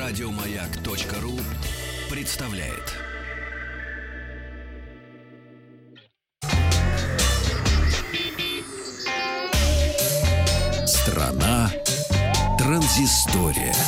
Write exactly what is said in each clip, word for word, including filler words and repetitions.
Радиомаяк.ру представляет. Страна транзистория.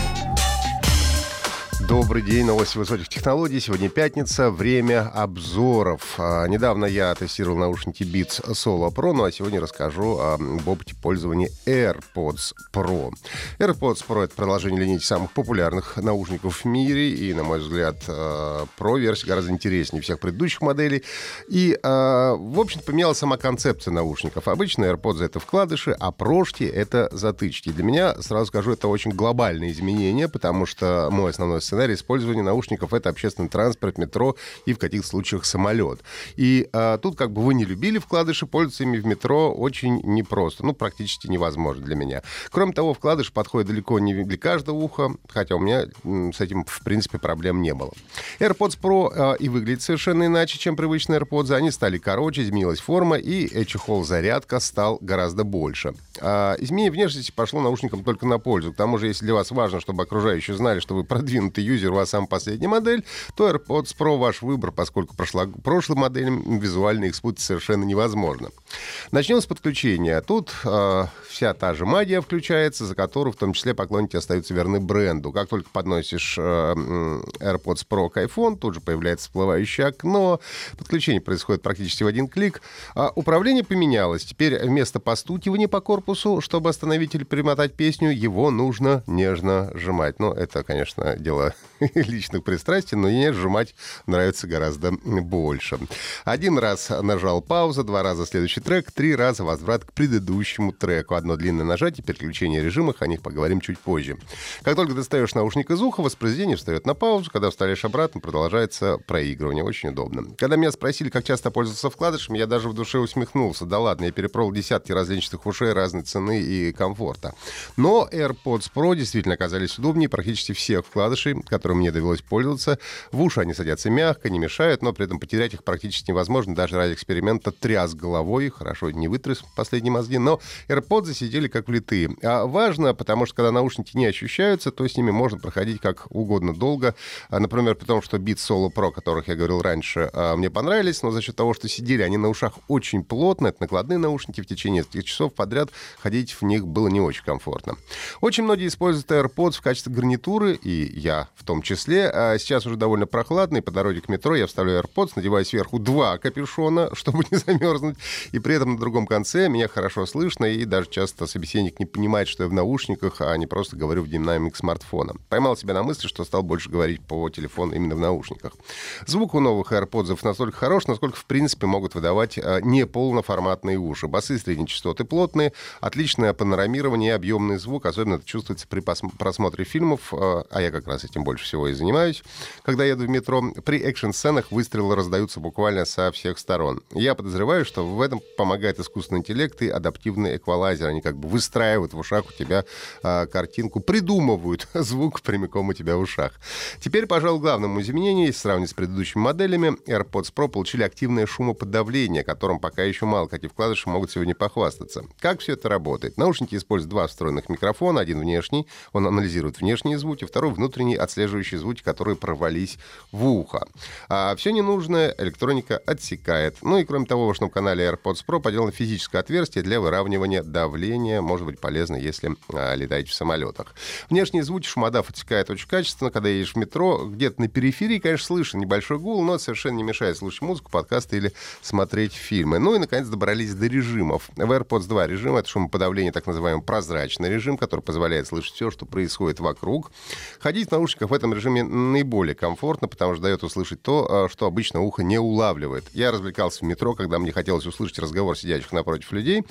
Добрый день, новости высоких технологий. Сегодня пятница, время обзоров. А, недавно я тестировал наушники Beats Solo Pro, ну а сегодня расскажу об опыте пользования AirPods Pro. AirPods Pro — это продолжение линейки самых популярных наушников в мире, и, на мой взгляд, Pro-версия гораздо интереснее всех предыдущих моделей. И, в общем-то, поменялась сама концепция наушников. Обычно AirPods — это вкладыши, а Pro-шки — это затычки. Для меня, сразу скажу, это очень глобальные изменения, потому что мой основной сценарий использования наушников — это общественный транспорт, метро и в каких-то случаях самолет. И а, тут, как бы вы не любили вкладыши, пользоваться ими в метро очень непросто. Ну, практически невозможно для меня. Кроме того, вкладыш подходит далеко не для каждого уха, хотя у меня м, с этим, в принципе, проблем не было. AirPods Pro а, и выглядит совершенно иначе, чем привычные AirPods. Они стали короче, изменилась форма, и чехол-зарядка стал гораздо больше. А, изменение внешности пошло наушникам только на пользу. К тому же, если для вас важно, чтобы окружающие знали, что вы продвинутый юзер, у вас самая последняя модель, то AirPods Pro ваш выбор, поскольку прошло, прошлым моделям визуально их спутать совершенно невозможно. Начнем с подключения. Тут э, вся та же магия включается, за которую в том числе поклонники остаются верны бренду. Как только подносишь э, AirPods Pro к iPhone, тут же появляется всплывающее окно. Подключение происходит практически в один клик. А управление поменялось. Теперь вместо постукивания по корпусу, чтобы остановить или перемотать песню, его нужно нежно сжимать. Ну, это, конечно, дело личных пристрастий, но мне сжимать нравится гораздо больше. Один раз нажал пауза, два раза следующий трек, три раза возврат к предыдущему треку. Одно длинное нажатие, переключение режимов, о них поговорим чуть позже. Как только достаешь наушник из уха, воспроизведение встает на паузу, когда вставляешь обратно, продолжается проигрывание. Очень удобно. Когда меня спросили, как часто пользоваться вкладышами, я даже в душе усмехнулся. Да ладно, я перепробовал десятки различных ушей разной цены и комфорта. Но AirPods Pro действительно оказались удобнее практически всех вкладышей, которым мне довелось пользоваться. В уши они садятся мягко, не мешают, но при этом потерять их практически невозможно. Даже ради эксперимента тряс головой. Хорошо, не вытряс последние мозги, но AirPods сидели как влитые. А важно, потому что когда наушники не ощущаются, то с ними можно проходить как угодно долго. Например, при том, что Beats Solo Pro, о которых я говорил раньше, мне понравились, но за счет того, что сидели они на ушах очень плотно, это накладные наушники, в течение нескольких часов подряд ходить в них было не очень комфортно. Очень многие используют AirPods в качестве гарнитуры, и я в том числе. А сейчас уже довольно прохладно, и по дороге к метро я вставляю AirPods, надеваю сверху два капюшона, чтобы не замерзнуть, и при этом на другом конце меня хорошо слышно, и даже часто собеседник не понимает, что я в наушниках, а не просто говорю в динамик смартфона. Поймал себя на мысли, что стал больше говорить по телефону именно в наушниках. Звук у новых AirPods настолько хорош, насколько в принципе могут выдавать неполноформатные уши. Басы средней частоты плотные, отличное панорамирование и объемный звук, особенно это чувствуется при просмотре фильмов, а я как раз этим больше всего и занимаюсь. Когда еду в метро, при экшн-сценах выстрелы раздаются буквально со всех сторон. Я подозреваю, что в этом помогает искусственный интеллект и адаптивный эквалайзер. Они как бы выстраивают в ушах у тебя а, картинку, придумывают звук прямиком у тебя в ушах. Теперь, пожалуй, главным изменением, если сравнивать с предыдущими моделями, AirPods Pro получили активное шумоподавление, которым пока еще мало какие вкладыши могут сегодня похвастаться. Как все это работает? Наушники используют два встроенных микрофона, один внешний, он анализирует внешние звуки, второй внутренний, отслеживающий звуки, которые прорвались в ухо. А все ненужное электроника отсекает. Ну и кроме того, в вашем канале AirPods Pro поделано физическое отверстие для выравнивания давления. Может быть полезно, если а, летаете в самолетах. Внешние звуки шумодав отсекает очень качественно. Когда едешь в метро, где-то на периферии, конечно, слышен небольшой гул, но это совершенно не мешает слушать музыку, подкасты или смотреть фильмы. Ну и, наконец, добрались до режимов. В AirPods два режим — это шумоподавление, так называемый прозрачный режим, который позволяет слышать все, что происходит вокруг. Ходить в наушниках в этом режиме наиболее комфортно, потому что дает услышать то, что обычно ухо не улавливает. Я развлекался в метро, когда мне хотелось услышать разговор сидящих напротив людей.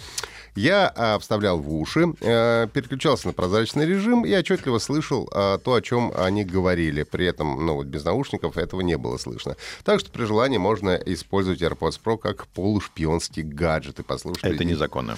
Я а, вставлял в уши, а, переключался на прозрачный режим и отчетливо слышал а, то, о чем они говорили. При этом, ну, вот без наушников этого не было слышно. Так что при желании можно использовать AirPods Pro как полушпионский гаджет и послушать. Это людей. Незаконно.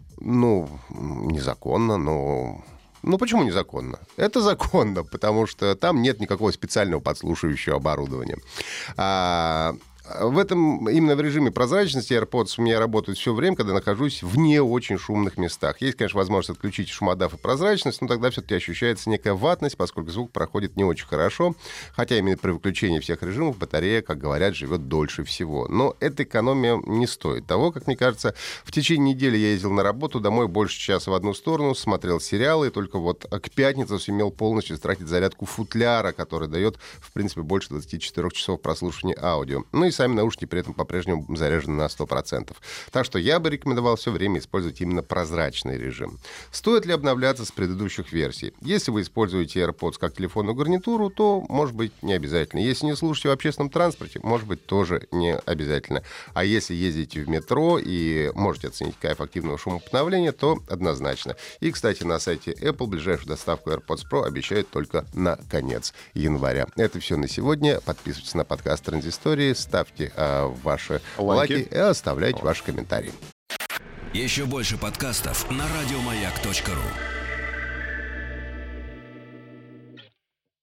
Ну, незаконно, но... Ну, почему незаконно? Это законно, потому что там нет никакого специального подслушивающего оборудования. А, В этом, именно в режиме прозрачности AirPods у меня работают все время, когда нахожусь в не очень шумных местах. Есть, конечно, возможность отключить шумодав и прозрачность, но тогда все-таки ощущается некая ватность, поскольку звук проходит не очень хорошо, хотя именно при выключении всех режимов батарея, как говорят, живет дольше всего. Но эта экономия не стоит того, как мне кажется. В течение недели я ездил на работу, домой больше часа в одну сторону, смотрел сериалы, и только вот к пятнице сумел полностью стратить зарядку футляра, который дает, в принципе, больше двадцати четырёх часов прослушивания аудио. Ну и сами наушники при этом по-прежнему заряжены на сто процентов. Так что я бы рекомендовал все время использовать именно прозрачный режим. Стоит ли обновляться с предыдущих версий? Если вы используете AirPods как телефонную гарнитуру, то, может быть, не обязательно. Если не слушаете в общественном транспорте, может быть, тоже не обязательно. А если ездите в метро и можете оценить кайф активного шумоподавления, то однозначно. И, кстати, на сайте Apple ближайшую доставку AirPods Pro обещают только на конец января. Это все на сегодня. Подписывайтесь на подкаст Транзистории, ставьте а, ваши лайки. лайки и оставляйте ваши комментарии. Еще больше подкастов на радиомаяк точка ру.